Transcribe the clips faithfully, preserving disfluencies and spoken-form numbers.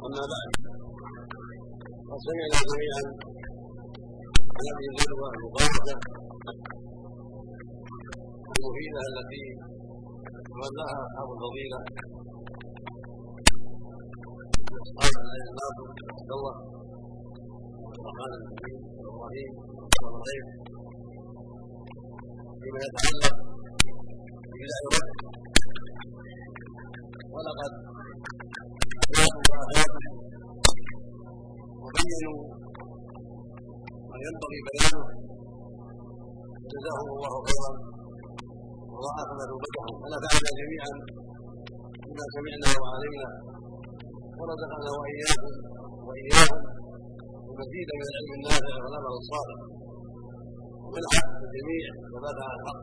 أما بعد، قد سمعنا جميعا عن هذه الندوة المباركة المفيدة التي تولىها أصحاب الفضيلة أصحاب العلم الناصر عبد الله الرحمن الحكيم إبراهيم والغيب فيما يتعلق ببدع الرد، ولقد جاءوا آياتهم وبينوا ما ينبغي بيانه، جزاهم الله خيرا وضاعف مثوبتهم ونفعنا جميعا بما سمعنا وعلمنا، ورزقنا واياكم واياهم المزيد من العلم النافع والعمل الصالح ومنحة الجميع ثبات على الحق.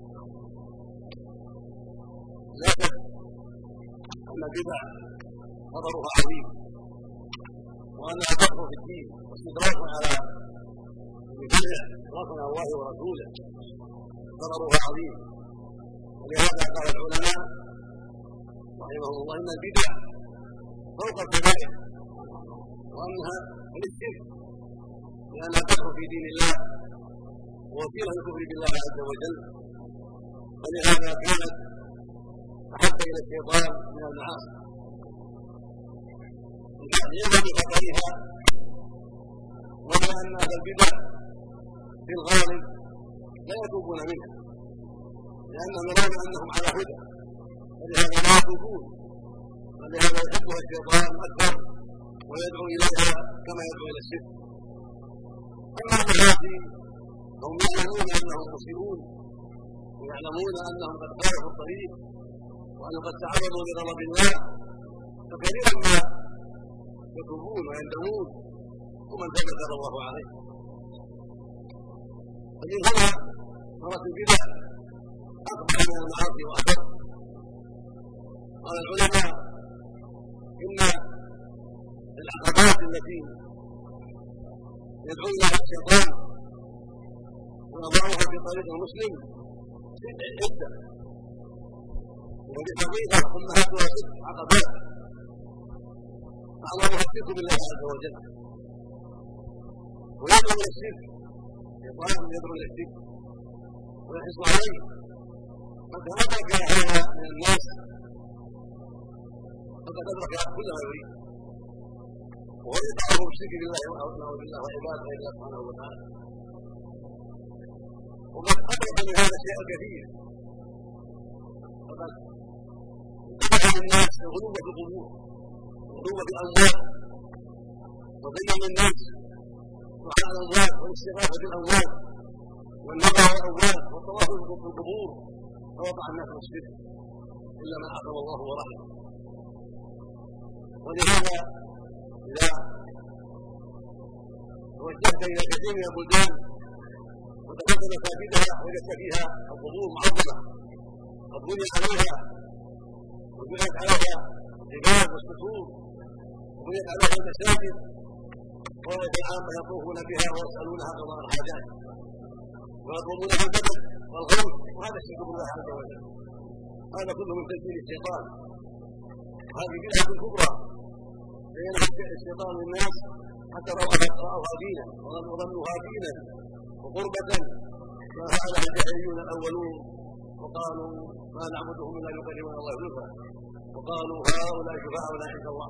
لا شك ان البدع خطرها عظيم، وانها تخطر في الدين واستدراك على المبتدع استدراك على الله ورسوله خطرها عظيم. ولهذا قال العلماء رحمهم الله ان البدع فوق الكبائر، وانها من الشرك لانها تدخل في دين الله ووسيله للكفر بالله عز وجل، ولهذا كانت احب الى الشيطان من المعاصي لعظم خطرها، وهو ان اهل البدع في الغالب لا يتوبون منها لانهم يرون انهم على هدى، ولهذا لا يتوبون، ولهذا يحبها الشيطان اكثر ويدعو اليها كما يدعو الى الشرك. اما المعاصي هم يعلمون انهم مصيبون ويعلمون انهم قد خالفوا الطريق وانهم قد تعرضوا لغضب الله، فكثيرا ما يتوبون ويندمون ومن تاب تاب الله عليه. فمن هنا صارت البدع اكبر من المعاصي واكبر. قال العلماء ان العقبات التي يدعو لها الشيطان ويضعها في طريق المسلم عده، وفي الحقيقه امهاتها ست عقبات، اعظمها الشرك بالله عز وجل، ويدعو الى الشرك، الشيطان يدعو الى الشرك ويحرص عليه، فقد ادرك هذا من الناس، فقد ادرك كل ما يريد، وهو يدعوه بالشرك بالله ونعوذ بالله وعباده غير الله سبحانه وتعالى. وقد ادرك من هذا الشيء الكثير، فقد اتبع الناس الغلو في القبور والغلو في الاموال وبين الناس وعلى الاموال والاستغاثه بالاموال والنظر على الاموال والطواف في القبور، فوضع الناس في الشرك الا من عصم الله ورحمه. ولهذا اذا توجهت الى كثير من البلدان وتحت مساجدها وجدت فيها القبور معظمه قد بني عليها وبنيت عليها الجبال والصخور وبنيت عليها المساجد، ورأيت العامة يطوفون بها ويسألونها قضاء الحاجات ويطلبون المدد والغوث، وهذا الشرك بالله عز وجل. هذا كله من تسجيل الشيطان، هذه بدعة كبرى بينها الشيطان للناس حتى رأوها دينا وظنوها دينا وقربة، ما فعلها الجاهليون الاولون وقالوا ما نعبدهم الا ليقربونا الله زلفى، وقالوا هؤلاء شفاعنا عند الله،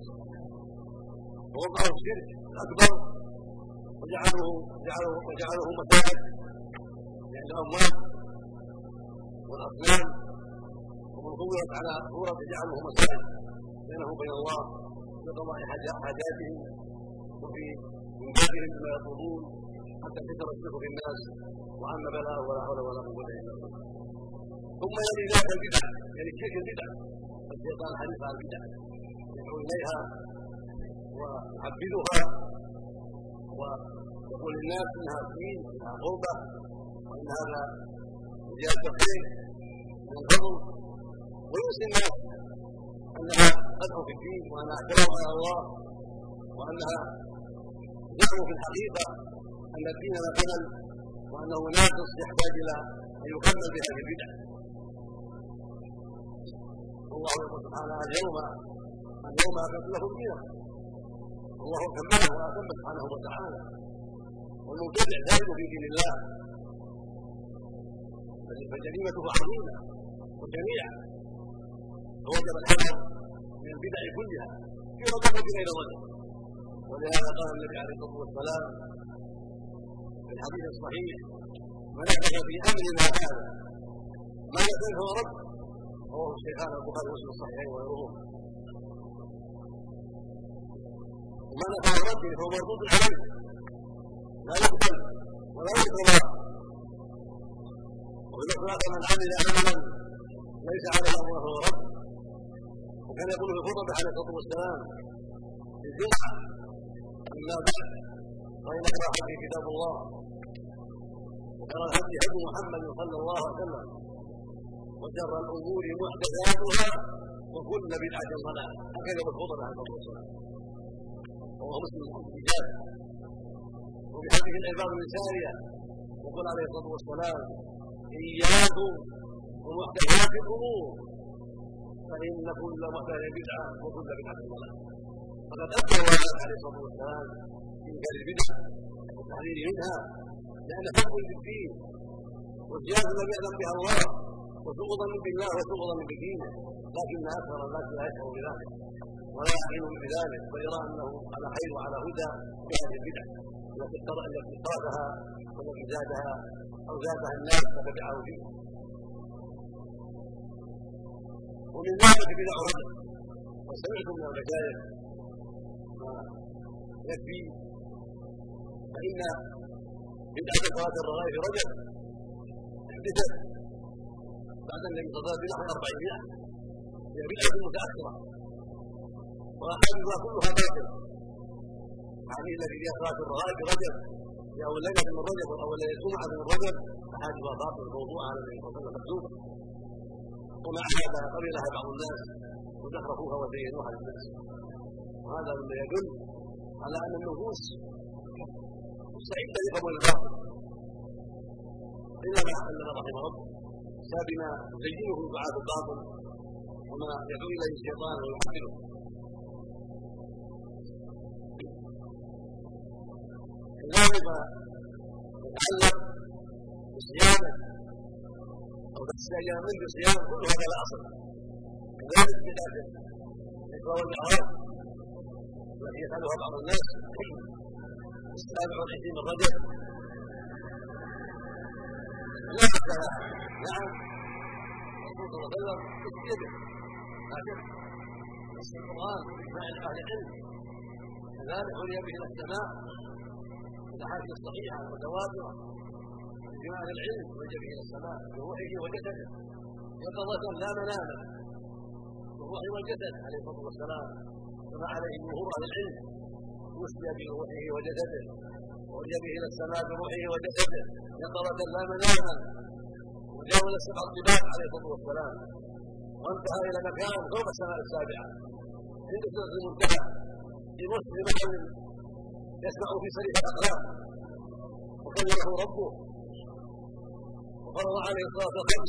ووضعوا الشرك الاكبر وجعلوه جعلوه وجعلوه مساجد عند الاموات والاصنام، ومن قوت على صوره جعلوه مساجد بينهم وبين الله في قضاء حاجاتهم وفي انجازهم بما يطلبون، حتى كثر الشرك في الناس وعم بلاء ولا حول ولا قوه الا بالله. ثم يلي ذاك البدع، يعني الشرك البدع، الشيطان حديث عن البدع يدعو اليها ويحبذها ويقول للناس انها دين انها قربه وان هذا زياده الخير من الفضل، ويوصي الناس انها تدعو في الدين وانها تدعو على الله وانها تدعو في الحقيقه ان الدين لا كمل وانه ناقص يحتاج الى ان يكمل بهذه البدع. والله يقول سبحانه اليوم اليوم اكملت لكم دينكم الله كمله واتم سبحانه وتعالى. والمبتدع زائد في دين الله فجريمته عظيمه وجميعا، فوجب الحذر من البدع كلها في رجب غير رجب. ولهذا قال النبي عليه الصلاه والسلام في الحديث الصحيح: من احدث في امرنا هذا ما ليس فهو رد. رواه الشيخان البخاري ومسلم الصحيحين وغيرهم. ومن اتى رد فهو مردود عليه لا يقبل ولا يقبل. وفي الاخلاق: من عمل عملا ليس عليه امره فهو رد. وكان يقول في الخطبه عليه الصلاه والسلام في الجمعه: اما بعد فان خير الحديث كتاب الله وخير الهدي هدي محمد صلى الله عليه وسلم وشر الامور محدثاتها وكل بدعه ضلاله. هكذا بالخطبه عليه الصلاه والسلام. وهو مسلم الرجال. وفي حديث العباد بن ساريه يقول عليه الصلاه والسلام: اياكم ومحدثات الامور فان كل محدثه بدعه وكل بدعه ضلاله. فقد اكثر عليه الصلاه والسلام في انكار البدع والتحذير منها، لان حب بالدين وزياده لم يعلم بها الله وسوء ظن بالله وسوء ظن بدينه. لكن اكثر الناس لا يشعر بذلك ولا يعلم بذلك، بل يرى انه على خير وعلى هدى بهذه البدع التي اخترعها والتي زادها او زادها الناس فتبعه فيه. ومن ذلك بدع رجل. وسمعتم من المشايخ ما يكفي، فان بدعه صلاه الرغائب في رجب حدثت بعد النبي صلى الله عليه وسلم بنحو أربعمائة. هي بدعه متاخره واحاديثها كلها باطله. هذه التي فيها صلاه الرغائب في رجب في اول ليله من رجب واول ليله جمعه من رجب احاديثها باطله موضوع على النبي صلى الله عليه وسلم مكذوبه، وما احدثها قبلها بعض الناس وزخرفوها وزينوها للناس. وهذا مما يدل على ان النفوس مستعده لقبول الباطل الا ما الا ما رحم ربه، بسبب ما يزينه دعاة الباطل وما يدعو اليه الشيطان ويحمله. كذلك يتعلق بصيامه او بس ايام من بصيام كل هذا لا اصل. كذلك بدعه الاقرار والاعراض التي يفعلها بعض الناس السابع والعشرين من رجب لا بد لها. نعم الرسول صلى الله عليه وسلم يده لا شك نص القران باجماع اهل العلم، كذلك علي به الى السماء الاحاديث الصحيحه المتواتره باجماع اهل العلم علي به الى السماء بروحه وجسده يقظه لا مناما بالروح والجسد عليه الصلاه والسلام، كما عليه جمهور اهل العلم. وسلي بروحه وجسده وعلي به الى السماء بروحه وجسده يقظه لا مناما، وجاوز السبع الطباق عليه الصلاه والسلام، وانتهى الى مكان فوق السماء السابعه عند سدرة المنتهى في مسجد محل يسمع في صريح الاقلام، وكلمه ربه وفرض عليه الصلاه الخمس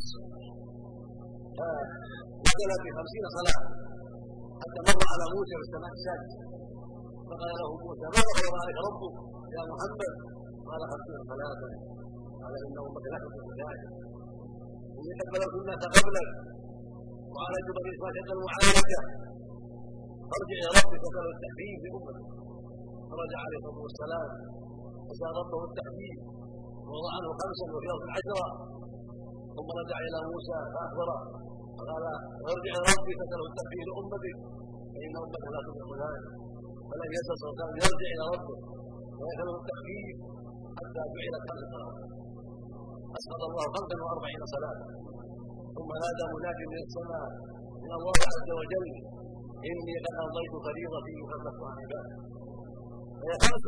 فنزل في خمسين صلاه حتى مر على موسى في السماء السادسه فقال له موسى: ماذا فرض عليك ربك يا محمد؟ قال: خمسين صلاه. قال: ان امك لا تكون ذلك، اني قد بلغت الناس قبلك وعالجت بني اسرائيل المعالجه، فارجع الى ربك وسال التحديد لامتك. فرجع عليه الصلاه والسلام وسال ربه التحديد ووضع عنه خمسا وفي ارض عشرا، ثم رجع الى موسى فاخبره فقال: ارجع الى ربك وسال التحديد لامتك فان امتك لا تطيق ذلك. فلم يزل صلى الله عليه وسلم يرجع الى ربه ويسال التحديد حتى جعلت خمس صلوات، اسقط الله خمسا واربعين صلاه. ثم نادى منادي من السماء من الله عز وجل: اني قد امضيت فريضتي وخلفت عن عبادي. فهي خمس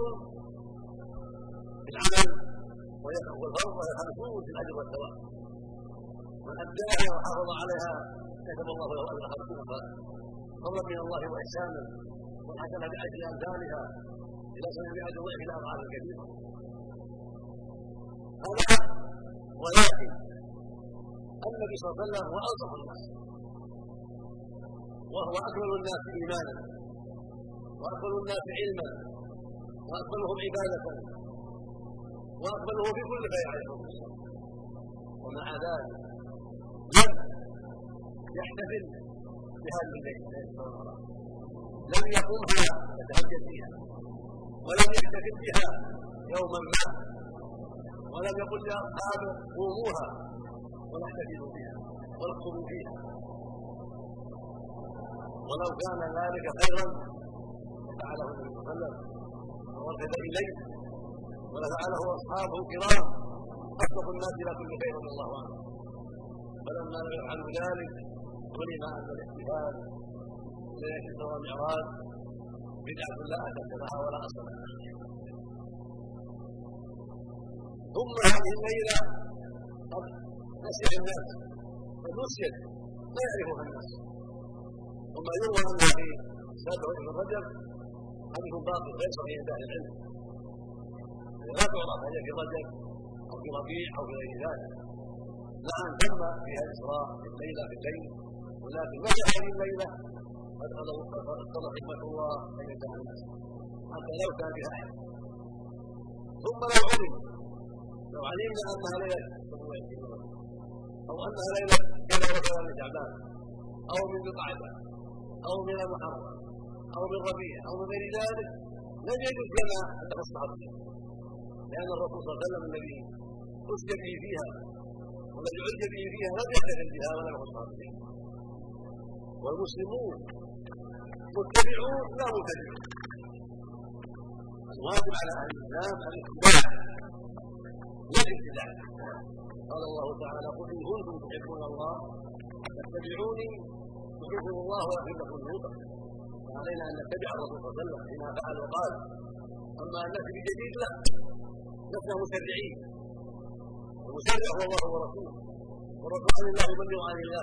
في العمل والفرض، وهي خمسون في الاجر والثواب. من اداها وحافظ عليها كتب الله له اجر خمسين صلاه فضلا من الله واحسانا، والحسنه باجر امثالها الى سبعمائة ضعف الى اضعاف كثيره. هذا ولكن النبي صلى الله عليه وسلم هو انصح الناس، وهو أكمل الناس إيمانا وأكمل الناس علما وأكملهم عبادة وأكمله في كل خير عليه الصلاة والسلام، ومع ذلك لم يحتفل بهذه الليلة لم يقومها يتهجد فيها ولم يحتفل بها يوما ما ولم يقل لأصحابه قوموها ولا احتفلوا بها وارقبوا فيها، ولو كان ذلك خيرا فعله النبي صلى الله عليه وسلم ووفد اليه ولفعله اصحابه الكرام اصدق الناس الى كل خير رضي الله عنه. فلما لم يفعلوا ذلك علم ان الاحتفال بليله الاسراء والمعراج بدعه لا اساس لها ولا اصل لها. ثم هذه الليله قد نسيها الناس قد نسيت لا يعرفها الناس، وما يروى انها في سابع ابن رجب حديث باطل غير صحيح عند اهل العلم، لا تعرف هل في رجب او في ربيع او في غير ذلك. نعم تم فيها الاسراء في الليله في الليل، ولكن متى هذه الليله قد اقتضى حكمه الله ان ينتهى الناس حتى لو كان بها احد. ثم لو علم لو علمنا انها ليله او انها ليله كذا وكذا من شعبان او من ذي القعده او من المحرم او من ربيع او من غير ذلك لم يجوز لنا ان نخصها بها، لان الرسول صلى الله عليه وسلم الذي اسجد به فيها والذي عج به فيها لم يحتفل بها ولم يخصها بها. والمسلمون متبعون لا متبعون، الواجب على اهل الاسلام الاتباع لا الابتداع. قال الله تعالى قل ان كنتم تحبون الله فاتبعوني يحبكم الله ويغفر لكم ذنوبكم. فعلينا ان نتبع الرسول صلى الله عليه وسلم فيما فعل وقال. اما ان ناتي بجديد لا، لسنا مسرعين، المسرع هو الله ورسوله، والرسول عن الله يبلغ عن الله،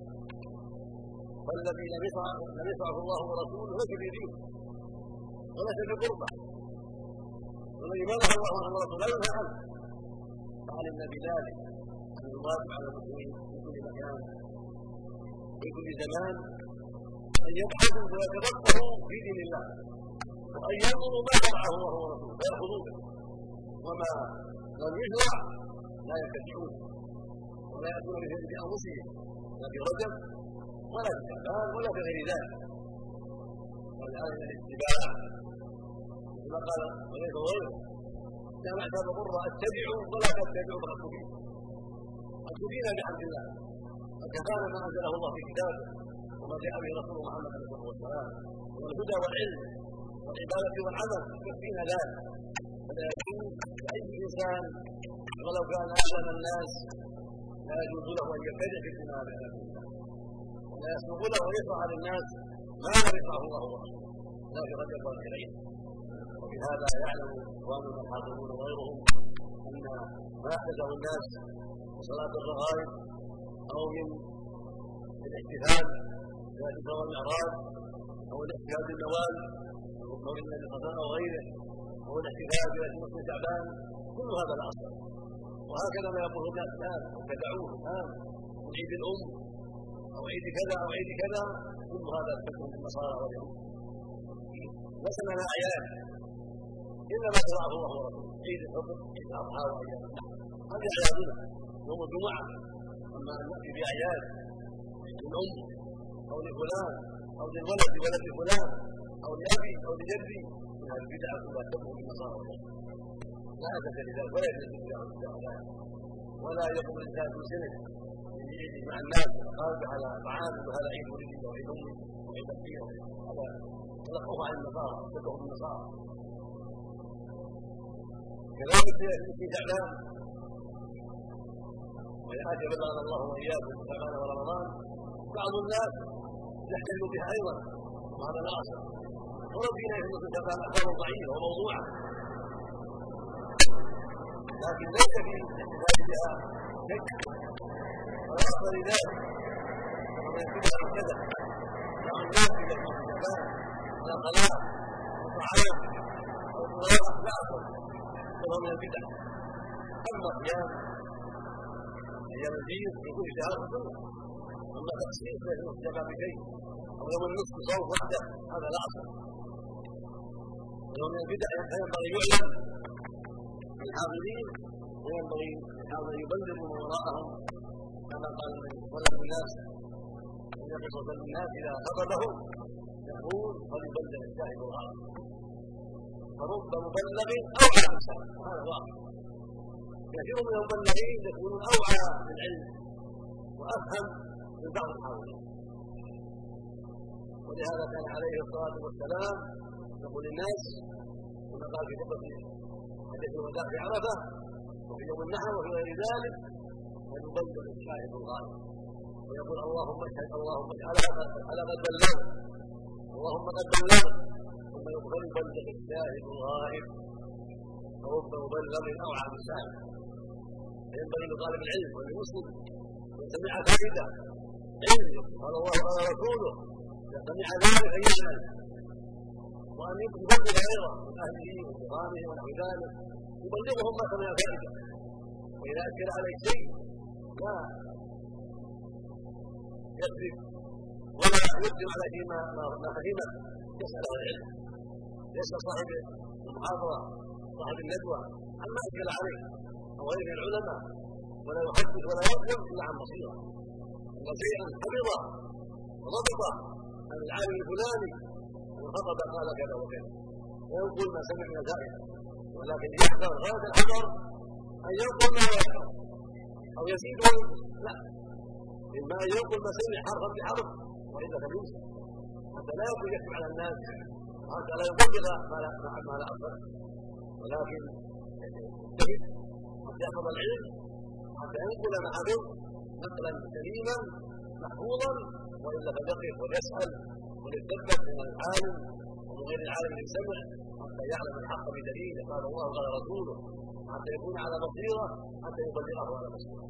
فالذي لم يشرعه الله ورسوله ليس بدين وليس بقربه، والذي منع الله عنه ورسوله لا ينهى عنه. فعلمنا بذلك ان الواجب على المسلمين في كل مكان في كل زمان ان يبحثوا ويتفقهوا في دين الله، وان ينظروا ما شرعه الله ورسوله فيأخذوا به، وما لم يشرع لا يتبعون ولا يأتون به بأنفسهم لا في رجب ولا في شعبان ولا في غير ذلك. ولهذا الاتباع كما قال وليس غيره يا معشر القرى اتبعوا ولا تتبعوا فقد كفيتم، قد كفينا بحمد الله، قد كفانا ما انزله الله في كتابه وما جاء به رسول محمد عليه الصلاه والسلام من الهدى والعلم والعباده والعمل يكفينا ذلك. فلا يجوز لاي انسان ولو كان اعلم الناس لا يجوز له ان يبتدع في اجتناب هذا ولا يسبق له ان يشرع للناس ما لم يشرعه الله ورسوله لا في رجب ولا في غيره. وبهذا يعلم اخواننا الحاضرون وغيرهم ان ما احدثه الناس من صلاه الرغائب او من الاحتفال بالاسراء والمعراج او الاحتفال بالنوال او النبي صلى الله عليه وسلم وغيره او الاحتفال بنصف شعبان كل هذا لا اصل. وهكذا ما يقول الناس الان ابتدعوه الان من عيد الام او عيد كذا او عيد كذا كل هذا الحكم بالنصارى واليهود. ليس لنا اعياد الا ما شرعه الله ورسوله، عيد الفطر عيد الاضحى وايام النحر هذه اعيادنا يوم الجمعه. اما ان ناتي باعياد للام او لفلان او للولد ولد فلان او لابي او لجدي من هذه البدعه كلها تكون بالنصارى واليهود لا اساس لذلك ولا يجوز الابتداع ولا يقوم الانسان بسنه مع الناس قال على طعام وهذا عيد ولدي وعيد امي وعيد ابي هذا تلقوه عن النصارى تلقوه بالنصارى. كذلك في شعبان والآيات بلغنا الله واياكم في شعبان ورمضان بعض الناس يحتج بها ايضا وهذا لا اصل، ولو فينا في نصف شعبان اخبار ضعيفه وموضوعه، لكن ليس في الاحتفال بها شك ولا اصل لذلك. ومن يتبع كذا مع الناس في نصف شعبان على صلاه وطعام او قراءه لا اصل وهو من البدع. اما صيام ايام البيض في كل شهر سنه، اما تخصيص ليس مستجاب بشيء او يوم النصف صوم وحده هذا لا اصل. ويوم البدع فينبغي يعلم للحاضرين وينبغي للحاضرين يبلغوا من وراءهم كما قال ولد الناس ان يقصد الناس اذا خطبهم يقول فليبلغ الشاهد الغائب فرب مبلغ اوعى من سامع هذا واقع. كثير من المبلغين يكونون اوعى بالعلم وافهم من بعض الحاضرين، ولهذا كان عليه الصلاه والسلام يقول للناس كما قال في خطبه حديث الوداع في عرفه وفي يوم النحر وفي غير ذلك فليبلغ الشاهد الغائب ويقول اللهم اشهد اللهم اشهد على قد بلغ اللهم قد بلغ ثم يقول يبلغ الشاهد الغائب فرب مبلغ اوعى من سامع. فينبغي لطالب العلم وللمسلم ان سمع فائده علم قال الله قال رسوله اذا سمع ذلك ان يعمل وان يبلغ غيره من اهله وجيرانه ونحو ذلك يبلغهم ما سمع فائده. واذا اكد عليه شيء لا يكذب ولا يقدم على شيء ما فهمه يسال عن العلم يسال صاحب المحاضره صاحب الندوه عما اشكل عليه او غيره العلماء ولا يحدث ولا يظلم الا عن بصيره ان شيئا حفظ وضبط عن العالم الفلاني وخطب قال كذا وكذا وينقل ما سمع من الفائده، ولكن يحذر غايه الحذر ان ينقل ما لا يفهم او يزيد لا، اما ان ينقل ما سمع حرفا بحرف والا فلينسى حتى لا يكون يكتب على الناس وحتى لا يبلغ ما لا ما لا اصل، ولكن يجتهد حتى يحفظ العلم حتى ينقل ما حفظ نقلا سليما محفوظا، والا فليقف وليسال وليتثبت من العالم ومن غير العالم الذي سمع حتى يعلم الحق بدليل قال الله قال رسوله حتى يكون على بصيره حتى يبلغه على بصيره.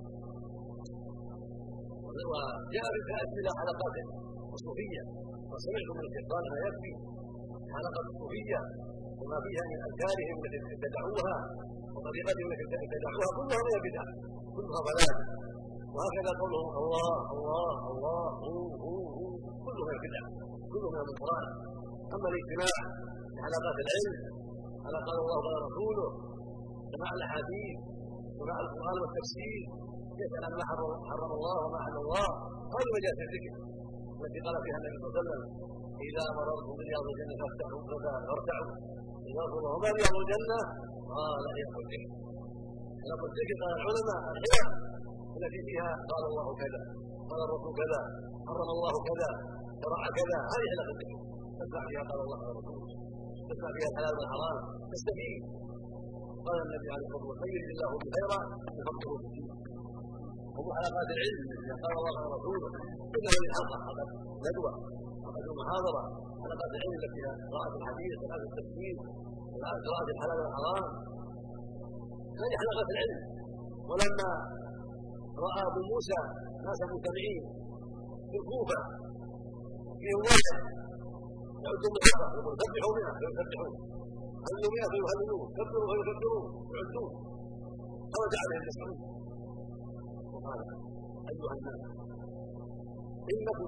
وجاء في الى حلقات الصوفيه وسمعت من الشيطان ما يكفي حلقه الصوفيه وما فيها من اذكارهم التي ابتدعوها وطريقتهم التي ابتدعوها كلها من البدع كلها ضلال، وهكذا قولهم الله الله الله هو هو هو كله من البدع كله من المنكرات. اما الاجتماع لحلقات العلم على قال الله قال رسوله سماع الاحاديث سماع القران والتفسير يسال عن ما حرم الله وما حل الله هذه مجالس الذكر التي قال فيها النبي صلى الله عليه وسلم اذا مررتم برياض الجنه فافتحوا فارتعوا اذا قلتم وما رياض الجنه قال حلق الذكر. حلق الذكر قال العلماء الحلق التي فيها قال الله كذا قال الرسول كذا حرم الله كذا شرع كذا هذه حلق الذكر تسمع فيها قال الله قال الرسول تسمع فيها الحلال والحرام تستفيد. قال النبي عليه الصلاه والسلام يريد الله بخيرا يفقهه في الدين. ومن حلقات العلم اذا قال الله قال رسوله انه للحلقه حلقه ندوه حلقه محاضره حلقات العلم التي فيها قراءه الحديث قراءه التفسير قراءه الحلال والحرام هذه حلقات العلم. ولما راى ابو موسى ناس مجتمعين في الكوفه فيهم واحد يعدون بالحرة يقول سبحوا منها فيسبحون هللوا منها فيهللون كبروا فيكبرون يعدون خرج عليهم يسعون وقال ايها الناس انكم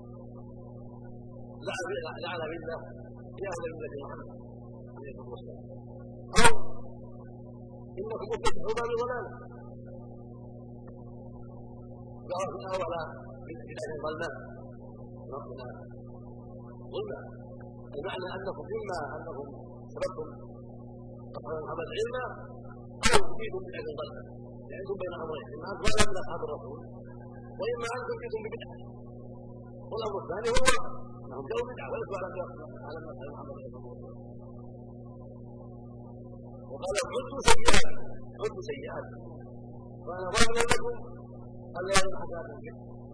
لعن بالله يا اهل مله محمد عليه الصلاه والسلام او انكم مفتتحوا باب ضلاله فأرسلنا على بداية الظلماء ربنا ظلما بمعنى أنكم إما أنكم سببتم أصحاب العمل علما أو تفيدوا بدعة الظلماء لأنكم بين أمرين إما أن ظلم من أصحاب الرسول وإما أن تفيدوا ببدعة. والأمر الثاني هو أنهم جاءوا بدعة وليسوا على على مسألة محمد صلى الله عليه وسلم. وقال عدوا سيئات عدوا سيئات وأنا ظالم لكم ألا يرى حسنات الجد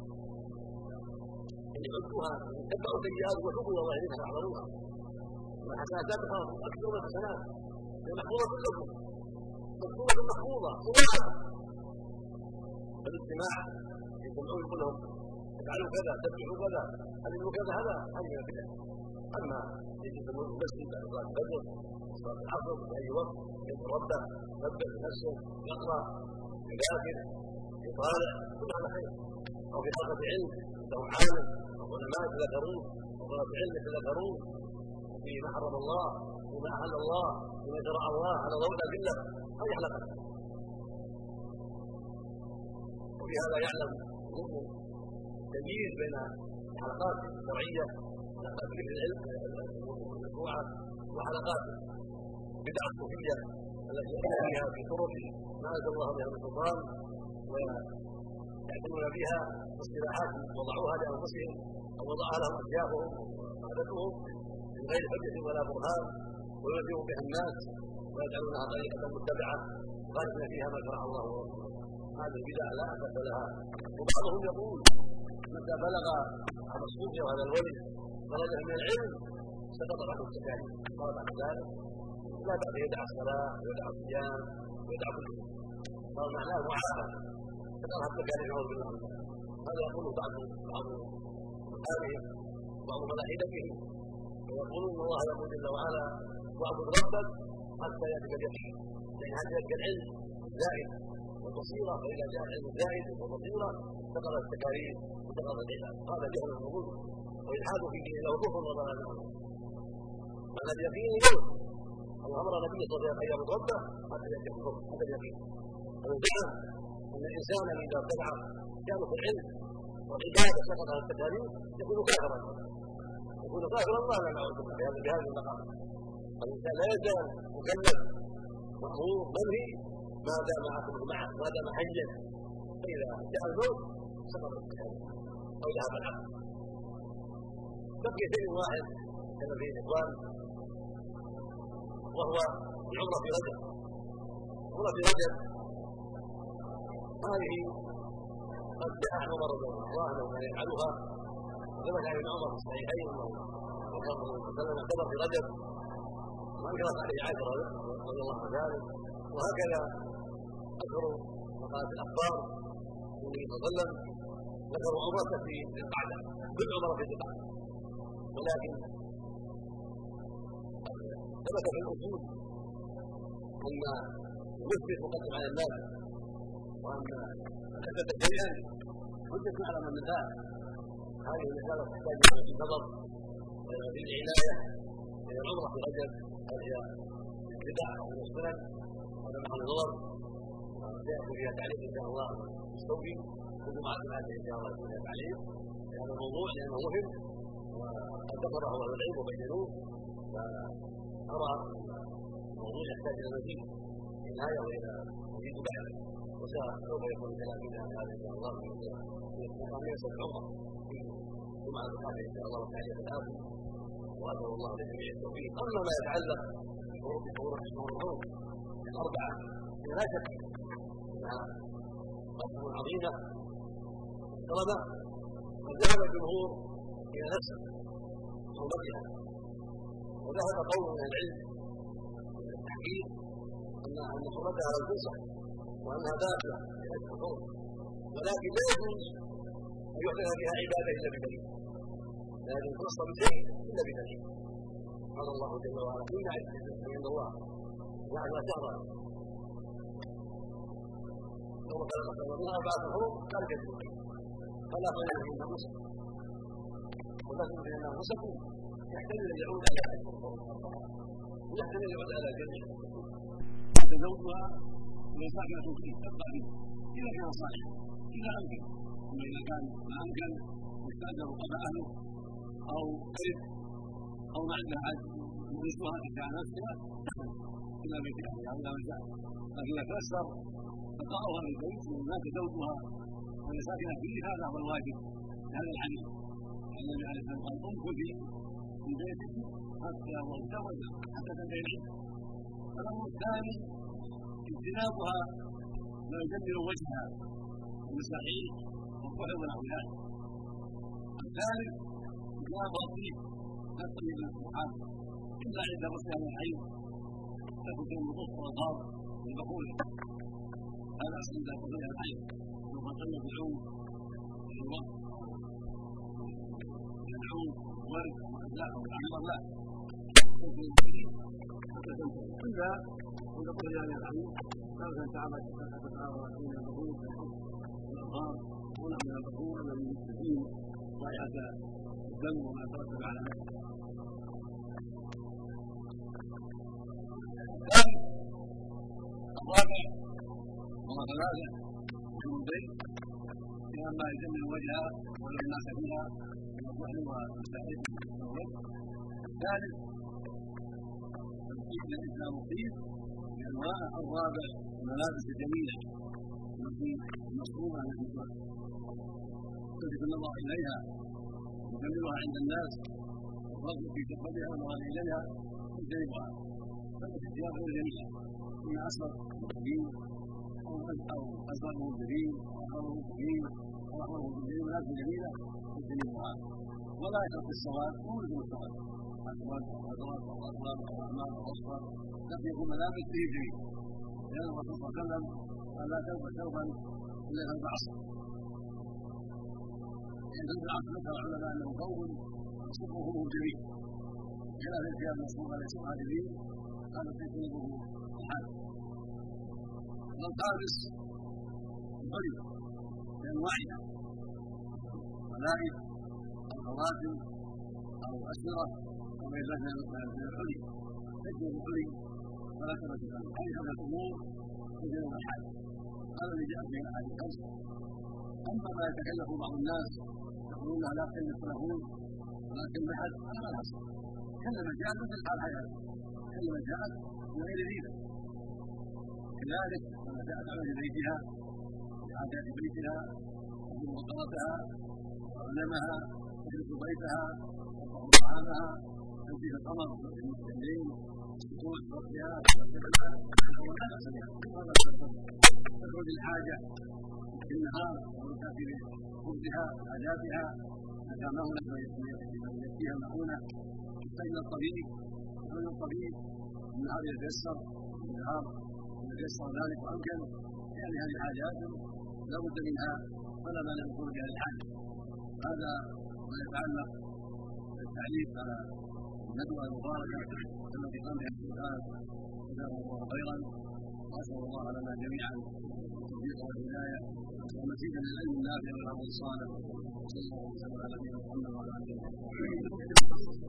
أن يعدوها تتبعوا سيئات وتوبوا الله إليها فاعملوها والحسنات لا تخاف أكثر من الحسنات هي محفوظة لكم مكتوبة محفوظة صورة. فالاجتماع يجتمعون يقول لهم افعلوا كذا تبعوا كذا علموا كذا هذا هذه من البدع. أما يجتمعون في المسجد بعد صلاة الفجر صلاة العصر في أي وقت يذكر ربه يثبت نفسه يقرأ يذاكر يطالع كل هذا خير، او في حلقه علم له عالم او والعلماء يتذكرون وطلبة العلم يتذكرون فيه ما حرم الله وما احل الله وما شرع الله على ضوء الادله هذه حلقه. وفي هذا يعلم المؤمن تمييز بين الحلقات الشرعيه حلقات ذكر العلم المشروعه وحلقات بدع الصوفيه التي ياتي فيها في طرق ما انزل الله بها من سلطان ويعتنون بها اصطلاحات وضعوها لانفسهم او وضعها لهم اشياخهم وعادتهم من غير حجه ولا برهان ويلزم بها الناس ويجعلونها طريقه متبعه خالفين فيها ما شرع الله ورسوله. هذه البدع لا اساس لها. وبعضهم يقول متى بلغ هذا الصوفي وهذا الولي درجه من العلم سقط عنه التكاليف قال بعد ذلك لا بأس يدع الصلاه ويدع الصيام ويدع كل شيء قال معناه معافى سقط التكاليف نعوذ بالله. هذا يقول بعض بعض اصحابهم بعض ملاحدتهم ويقولون ان الله يقول جل وعلا واعبد ربك حتى ياتيك اليقين لان هذا ياتيك العلم الزائد والبصيره فاذا جاء العلم الزائد والبصيره سقط التكاليف وسقط العباد. هذا جهل الظلم والحاد في دين له كفر وضلال. معنى اليقين يوم الله امر النبي صلى الله عليه وسلم ان يعبد ربه حتى ياتيك الكفر. هذا اليقين. وزعم ان الانسان اذا ابتدع كان في العلم والعباده سقط على التكاليف يكون كافرا يكون كافرا الله لا نعوذ بالله بهذه المقام. الانسان لا يزال مكلف مامور منهي ما دام عقله معه ما دام حيا فاذا جاء الموت سقط التكاليف او ذهب العقل. بقي شيء واحد كما فيه الاخوان وهو العمره في رجب. العمره في رجب هذه قد جاء عمر رضي الله عنه ان يفعلها ثبت عن ابن عمر في الصحيحين انه صلى الله عليه وسلم اعتبر في رجب وانكرت عليه عائشه رضي الله عنها ذلك. وهكذا اكثر مقالات الاخبار النبي صلى الله عليه وسلم ذكروا عمره في ذي القعده كل عمره في ذي القعده. ولكن ثبت في الاصول ان المثبت مقدم على الناس وان اثبت شيئا حجه على من نفاه. هذه المساله تحتاج الى النظر في العنايه الى العمره في رجب هل هي ابتداع او من السنن هذا محل نظر سياتي فيها تعليق ان شاء الله مستوفي كل ما عدنا ان شاء الله فيها تعليق في هذا الموضوع لانه مهم وقد ذكره اهل العلم وبينوه. فارى الموضوع يحتاج الى مزيد عنايه والى مزيد بحث وسوف يكون الكلام في هذا ان شاء الله في مقاميه العمره في جمعه القادمه ان شاء الله وتعليق الآخر. واسال الله لجميع التوفيق. اما ما يتعلق بشروط شهور الشهور الحرم الاربعه لا شك انها قسم عظيمه محترمه وذهب الجمهور الى نفس حرمتها وذهب قول من العلم من التحقيق ان ان حرمتها لم تنصح وانها داخله في حج الحرم ولكن لا يجوز ان يحدث بها عباده الا بدليل. لا يجوز نص بشيء الا بدليل. قال الله جل وعلا كل عبد عند الله جعل شهرا ثم قال الله اربعه حروم قال كذب فلا خير فيهن مسك ولكن بين انفسكم يحتمل ان يعود على حج الحرم ويحتمل ان يعود على جميع تزوجها ويساكنه فيه تبقى به اذا كان صالحا اذا امكن. اما اذا كان ما امكن يستاجر قضاء اهله او كذب او ما عنده حد يجلسها تشاء نفسها الى بيت اهلها الى من شاء. لكن اذا تيسر بقاؤها في البيت ومات زوجها وهي ساكنه فيه هذا هو الواجب هذا الحديث. النبي عليه الصلاه والسلام قال امكثي في بيتك حتى وتزوج حتى تنتهي العده. الامر الثاني اجتنابها ما يجمل وجهها والمساحيق والكحل ونحو ذلك. الثالث اجتناب الطيب لا الطيب المسموحات الا عند رسلها من الحي تكون من الغصن والغار والبخور هذا عند رسلها من الحي ثم قلنا بالعوم الوقت العوم ورد لا والعنبر لا تكون الطيب حتى تنتهي الا عند طهرها من الحي لو كان تعبت تتعاطى من البخور والغار ونحن من البخور الذي يستفيد ضيعة الدم وما يترتب على ذلك. الثالث الرابع وهو ثلاثة جنودين إما يجمل الوجه ولو الناس فيها والرحل والمستحيل والوجه. الثالث تمكين الإسلام مقيم بأنواع. الرابع الملابس الجميلة التي المصروفة التي تلفت النظر إليها وتجملها عند الناس والرغب في تقبلها والنظر إليها تجتنبها. فإن الثياب غير جميلة إما أصغر مبين أو أصغر مبين أو أحمر مبين أو أحمر مبين ملابس جميلة تجتنبها. ولا يترك السواد مولد السواد أسود أو أزرق أو أصفر أو أحمر أو أصفر لكن يكون ملابس به جميل. لأن الرسول صلى الله عليه وسلم قال لا تلبس ثوبا إلا ثوب عصر. يعني ثوب العصر ذكر العلماء أنه ثوب صفه جميل خلاف الثياب المصروفة ليس عادلين قال تجتنبه الحال. والخامس الحلي بأنواعها ملائك أو خواتم أو أسرة أو غير ذلك من الحلي. تجتنب الحلي فلا تمسك الحلي هذه الأمور تجتنب الحال. هذا اللي جاء في الاحاديث الخمسه. اما ما يتكلف بعض الناس يقولون لا تكلف لهم ولكن احد هذا لا يحصل. كلما جاءت مثل حال حياته كلما جاءت من غير ذيله. كذلك لما جاءت على بيتها لحاجات بيتها وموطنتها وعلمها تجلس بيتها وتطعم طعامها تمشي في القمر في الليل تروح وقتها وتتبعها ولا باس بها. تخرج الحاجه في النهار وتاتي بخبزها وعاداتها متى ما هناك من ياتيها مؤونه تحتاج الى الطبيب يقول الطبيب النهار يتيسر النهار يتيسر ذلك وامكن يعني هذه حاجات لا بد منها فلا مانع من خروجها للحاجه. هذا ما يتعلق بالتعليق على الندوه المباركه التي قام بها السؤال جزاهم الله خيرا. واسال الله لنا جميعا التوفيق والهدايه ومزيد من العلم النافع والعمل الصالح. صلى الله وسلم على نبينا محمد وعلى اله وصحبه.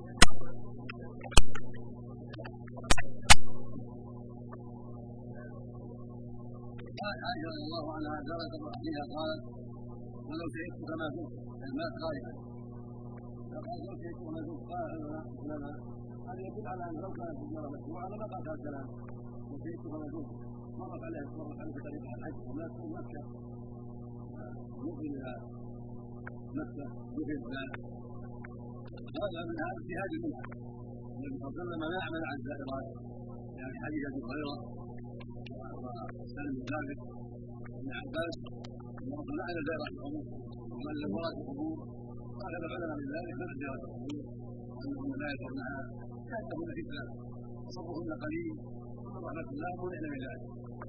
عائشة رضي الله عنها ذكرت فيها قالت ولو شهدت كما كنت الماء خائفا فقال لو شهدت كما كنت قال لنا هذا يدل على ان لو كانت التجاره مشروعه لما قال هذا الكلام لو شهدت كما كنت مرت عليه مرت عليه طريق الحج وما تكون مكه يقبل الى مكه يقبل ذلك. هذا من هذا اجتهاد منها النبي صلى الله عليه وسلم لا يعمل عن الزائرات يعني حديث ابي هريره وسالم بن ثابت وابن عباس انهم لا على زائرات القبور ومن لم يرى القبور قال العلماء من ذلك من زائرات القبور وانهم لا يدرونها كانهم فتنه وصبرهن قليل ورحمه الله منعن من ذلك.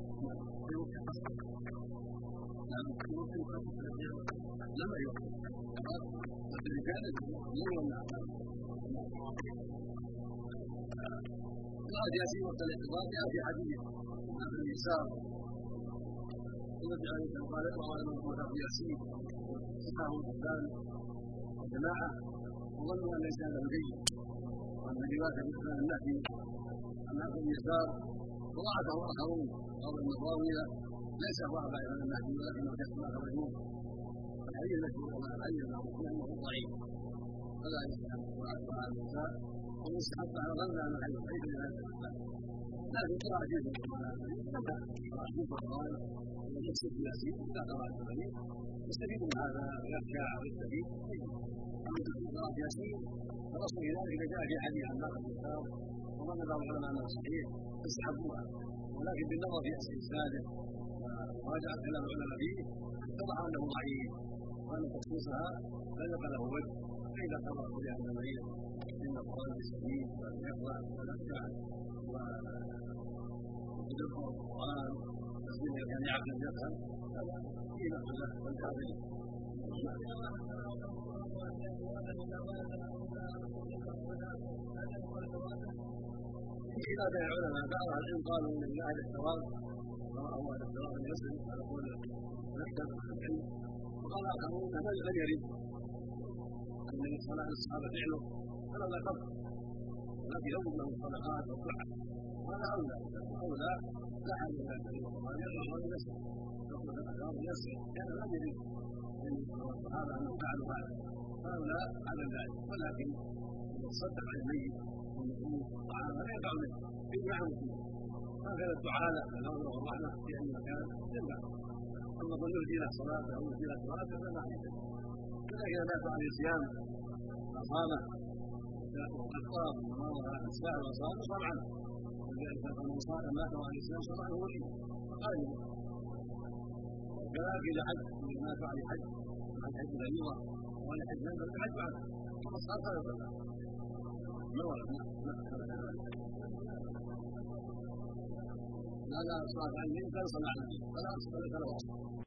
نعم لما يوقف الرجال غير والنعم قال ياسين وقت الاعتبار جاء في حديث عن اليسار النبي عليه الصلاه والسلام قال اقرأوا على الموت في ياسين وصححه القرآن وجماعه وظنوا ان ليس هذا جيد وان روايه مثل النهي عن هذا اليسار وضعفه اخرون قال ان الراويه ليس ضعف عن النهي ولكنه يحكم على مجنون. الحديث المشهور على الحديث المعروف انه ضعيف فلا يستحب على النساء ويستحب على ظن ان الحديث ضعيف من هذا الاسباب. لكن قراءة جيد القرآن قراءة جيد القرآن ويكسب ياسين إذا قرأ الجميع يستفيد من هذا ويخشى ويستفيد. أما تكون قراءة ياسين فالأصل في ذلك إذا جاء في حديث عن باقي الكتاب وظن بعض العلماء أنه صحيح يستحبوها ولكن بالنظر في إسناده وراجع كلام العلماء فيه اتضح أنه ضعيف وأن تخصيصها لا يبقى له وجه فإذا قرأ بها النبي إن القرآن بالسبيل ويقرأ ويخشى ويدبر القرآن تسليم كان يعقل يفهم هذا في نقل له والكافر. في خلاف العلماء بعض العلم قالوا ان اهل الاحترام او اهل الاحترام ان يسلم على قول الاحدث العلم وقال اخرون انه لم يرد النبي صلى الله عليه وسلم الصحابه فعله فلا لا قبل، ولكن يوم له الصدقات والدعاء وهذا اولى اولى لا حاجه الى ان الله يرضى ولا يسر يقول الاخبار يسر كان لا يريد من الصحابه انهم فعلوا هذا فاولى على ذلك، ولكن يتصدق عن الميت والمسلوب طعام لا ينفع منه يجمع المسلمين هكذا الدعاء له بالفضل والرحمه في اي مكان ينفع، اما من يهدي له صلاته او يهدي له صلاته فلا حاجه. كذلك اذا مات عليه صيام فصامه وافطر ومر على الساعه وصام صام عنه، ولذلك من صام مات عليه صيام صام عنه ولي فقال كذلك اذا حج اذا مات عليه حج عن حج فريضه وعن حج نفل فالحج عنه كما صار صار يصلى ما ورد. لا لا صلاه عن النبي كان صلى على النبي فلا اصل له